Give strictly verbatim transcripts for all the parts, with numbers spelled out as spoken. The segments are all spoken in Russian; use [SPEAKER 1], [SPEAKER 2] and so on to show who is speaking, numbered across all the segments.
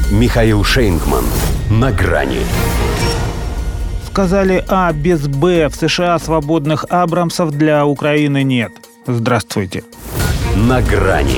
[SPEAKER 1] Михаил Шейнгман. На грани.
[SPEAKER 2] Сказали А без Б. В США свободных Абрамсов для Украины нет. Здравствуйте.
[SPEAKER 1] На грани.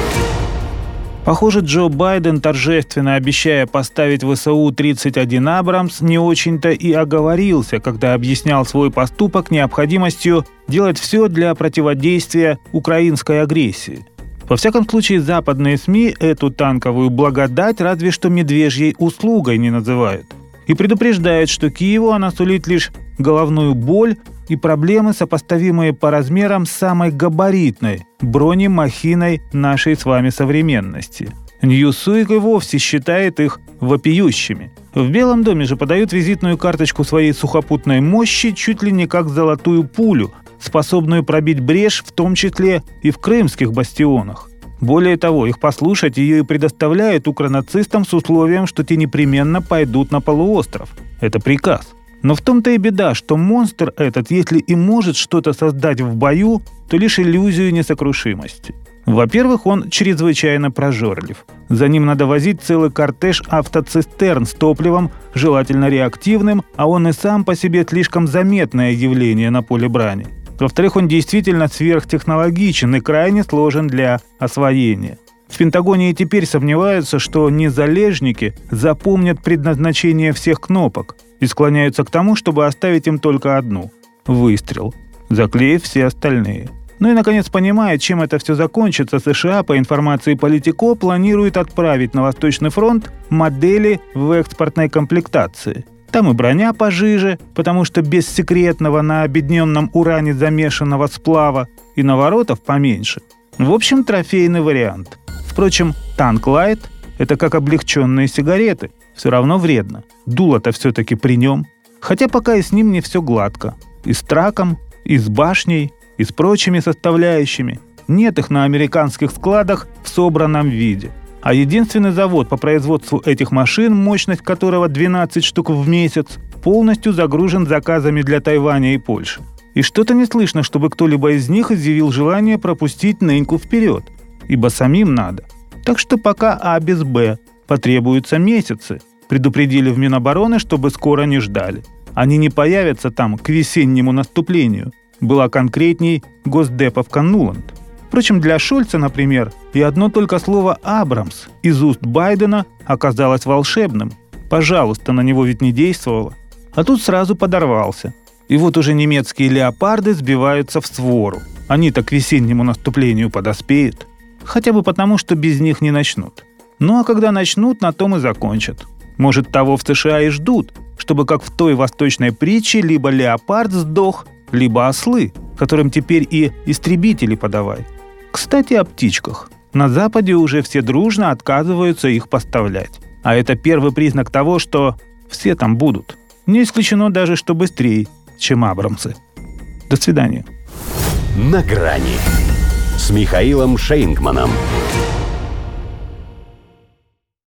[SPEAKER 2] Похоже, Джо Байден, торжественно обещая поставить ВСУ тридцать один Абрамс, не очень-то и оговорился, когда объяснял свой поступок необходимостью делать все для противодействия украинской агрессии. Во всяком случае, западные СМИ эту танковую благодать разве что медвежьей услугой не называют. И предупреждают, что Киеву она сулит лишь головную боль и проблемы, сопоставимые по размерам с самой габаритной бронемахиной нашей с вами современности. Ньюсуик и вовсе считает их вопиющими. В Белом доме же подают визитную карточку своей сухопутной мощи чуть ли не как золотую пулю, способную пробить брешь, в том числе и в крымских бастионах. Более того, их послушать ее и предоставляют укронацистам с условием, что те непременно пойдут на полуостров. Это приказ. Но в том-то и беда, что монстр этот, если и может что-то создать в бою, то лишь иллюзию несокрушимости. Во-первых, он чрезвычайно прожорлив. За ним надо возить целый кортеж автоцистерн с топливом, желательно реактивным, а он и сам по себе слишком заметное явление на поле брани. Во-вторых, он действительно сверхтехнологичен и крайне сложен для освоения. В Пентагоне и теперь сомневаются, что незалежники запомнят предназначение всех кнопок и склоняются к тому, чтобы оставить им только одну – выстрел, заклеив все остальные. Ну и, наконец, понимая, чем это все закончится, США, по информации Политико, планирует отправить на Восточный фронт модели в экспортной комплектации. Там и броня пожиже, потому что без секретного на обедненном уране замешанного сплава, и наворотов поменьше. В общем, трофейный вариант. Впрочем, танк Лайт – это как облегченные сигареты. Все равно вредно. Дуло-то все-таки при нем. Хотя пока и с ним не все гладко. И с траком, и с башней, и с прочими составляющими. Нет их на американских складах в собранном виде. А единственный завод по производству этих машин, мощность которого двенадцать штук в месяц, полностью загружен заказами для Тайваня и Польши. И что-то не слышно, чтобы кто-либо из них изъявил желание пропустить ныньку вперед. Ибо самим надо. Так что пока А без Б потребуются месяцы, предупредили в Минобороны, чтобы скоро не ждали. Они не появятся там к весеннему наступлению. Была конкретней госдеповка Нуланд. Впрочем, для Шольца, например, и одно только слово «Абрамс» из уст Байдена оказалось волшебным. Пожалуйста, на него ведь не действовало. А тут сразу подорвался. И вот уже немецкие леопарды сбиваются в свору. Они-то к весеннему наступлению подоспеют. Хотя бы потому, что без них не начнут. Ну а когда начнут, на том и закончат. Может, того в США и ждут, чтобы, как в той восточной притче, либо леопард сдох, либо ослы, которым теперь и истребители подавай. Кстати, о птичках. На Западе уже все дружно отказываются их поставлять. А это первый признак того, что все там будут. Не исключено даже, что быстрее, чем Абрамсы. До свидания.
[SPEAKER 1] На грани с Михаилом Шейнгманом.